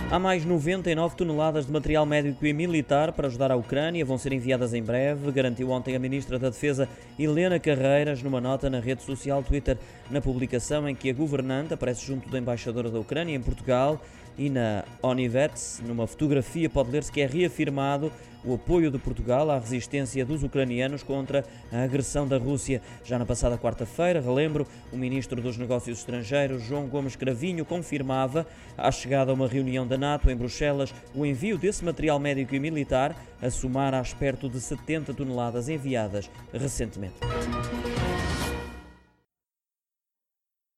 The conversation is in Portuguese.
Há mais 99 toneladas de material médico e militar para ajudar a Ucrânia. Vão ser enviadas em breve, garantiu ontem a Ministra da Defesa, Helena Carreiras, numa nota na rede social Twitter. Na publicação em que a governante aparece junto da embaixadora da Ucrânia em Portugal e na Onivets, numa fotografia pode ler-se que é reafirmado o apoio de Portugal à resistência dos ucranianos contra a agressão da Rússia. Já na passada quarta-feira, relembro, o Ministro dos Negócios Estrangeiros, João Gomes Cravinho, confirmava, à chegada a uma reunião da NATO em Bruxelas, o envio desse material médico e militar, a somar às perto de 70 toneladas enviadas recentemente.